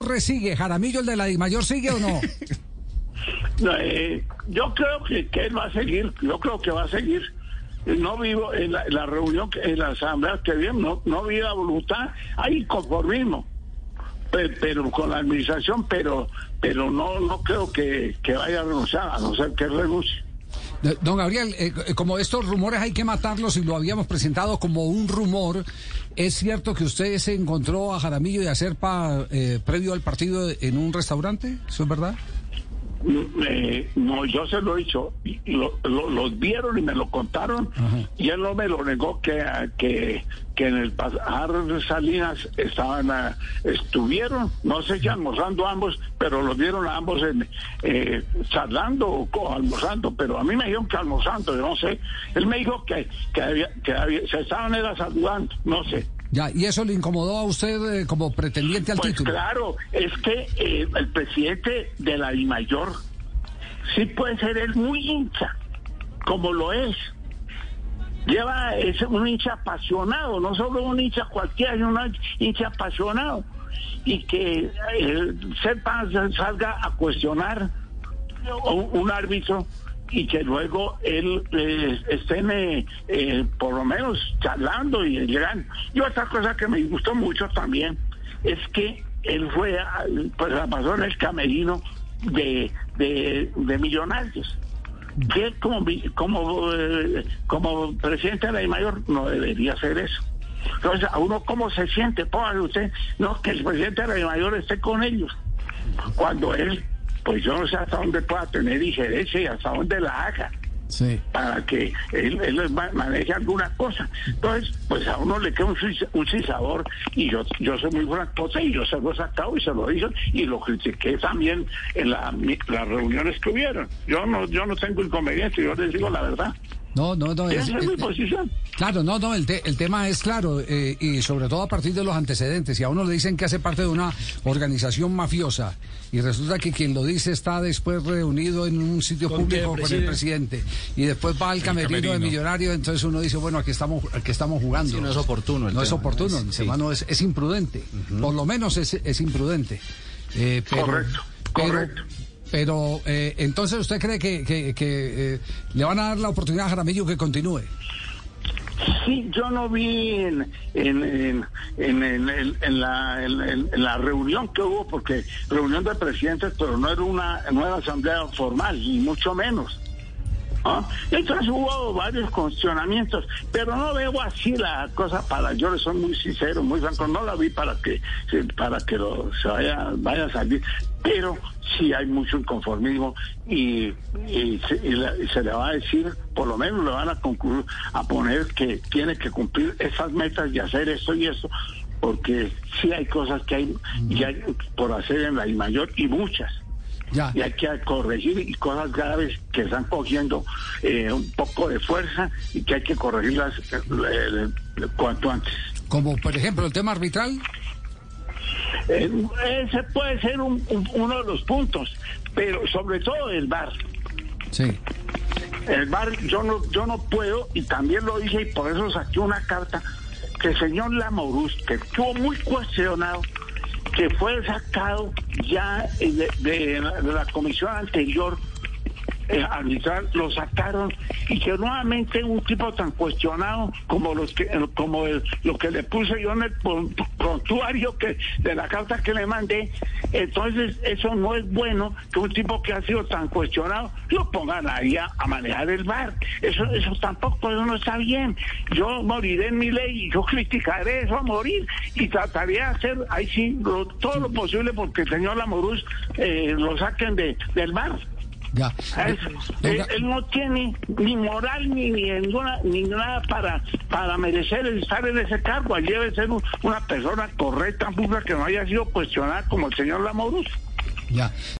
Torres sigue, Jaramillo, el de la DIMAYOR, ¿sigue o no? Yo creo que él va a seguir, yo creo que va a seguir. No vivo en la reunión, en la asamblea que vi, no vi la voluntad, hay conformismo, pero con la administración, pero no creo que vaya a renunciar, a no ser que renuncie. Don Gabriel, como estos rumores hay que matarlos y lo habíamos presentado como un rumor, ¿es cierto que usted se encontró a Jaramillo y a Serpa previo al partido en un restaurante? ¿Eso es verdad? No, yo se lo he dicho, los vieron y me lo contaron. Ajá. Y él no me lo negó que en el Pajar Salinas estuvieron, no sé si almorzando ambos, pero los vieron a ambos charlando o almorzando, pero a mí me dijeron que almorzando, yo no sé. Él me dijo que se estaban saludando, no sé. Ya, ¿y eso le incomodó a usted como pretendiente al título? Claro, es que el presidente de la DIMAYOR sí puede ser él muy hincha, como lo es. Es un hincha apasionado, no solo un hincha cualquiera, es un hincha apasionado. Y que Serpa salga a cuestionar un árbitro y que luego él estén por lo menos charlando y llegando. Y otra cosa que me gustó mucho también es que él fue, pues la pasó en el camerino de Millonarios, que como presidente de la DIMAYOR no debería hacer eso. Entonces, a uno cómo se siente, póngale usted, no, que el presidente de la DIMAYOR esté con ellos, cuando él, pues yo no sé hasta dónde pueda tener injerencia y hasta dónde la haga. Sí. Para que él maneje alguna cosa. Entonces, pues a uno le queda un sinsabor, y yo soy muy franco, y yo se lo he sacado y se lo dije y lo critiqué también en las reuniones que hubieron. Yo no tengo inconveniente, yo les digo la verdad. No. Esa es mi posición. Claro, el tema es claro, y sobre todo a partir de los antecedentes. Si a uno le dicen que hace parte de una organización mafiosa y resulta que quien lo dice está después reunido en un sitio público con el presidente y después va al camerino de Millonarios, entonces uno dice, bueno, aquí estamos jugando. Sí, no es oportuno. No es oportuno, hermano, es imprudente. Por lo menos es imprudente. Correcto. Pero entonces usted cree que le van a dar la oportunidad a Jaramillo que continúe. Sí, yo no vi en la reunión que hubo, porque reunión de presidentes, pero no era asamblea formal, ni mucho menos. ¿Ah? Entonces hubo varios cuestionamientos, pero no veo así la cosa yo soy muy sincero, muy franco, no la vi para que se vaya a salir, pero sí hay mucho inconformismo y se le va a decir, por lo menos le van a poner que tiene que cumplir esas metas y hacer esto y eso, porque sí hay cosas que hay por hacer en la DIMAYOR y muchas. Ya. Y hay que corregir y cosas graves que están cogiendo un poco de fuerza y que hay que corregirlas cuanto antes. Como por ejemplo el tema arbitral. Ese puede ser uno de los puntos, pero sobre todo el VAR. Sí. El VAR yo no puedo, y también lo dije y por eso saqué una carta, que el señor Lamorús, que estuvo muy cuestionado, que fue sacado ya de la comisión anterior arbitral, lo sacaron, y que nuevamente un tipo tan cuestionado como lo que le puse yo en el prontuario de la carta que le mandé. Entonces eso no es bueno, que un tipo que ha sido tan cuestionado lo pongan ahí a manejar el VAR. Eso tampoco, eso no está bien. Yo moriré en mi ley y yo criticaré eso a morir y trataré de hacer ahí sí todo lo posible porque el señor Lamorús lo saquen del VAR. Ya. Él no tiene ni moral ni nada para merecer estar en ese cargo. Allí debe ser una persona correcta, pura, que no haya sido cuestionada como el señor Lamorús. Ya.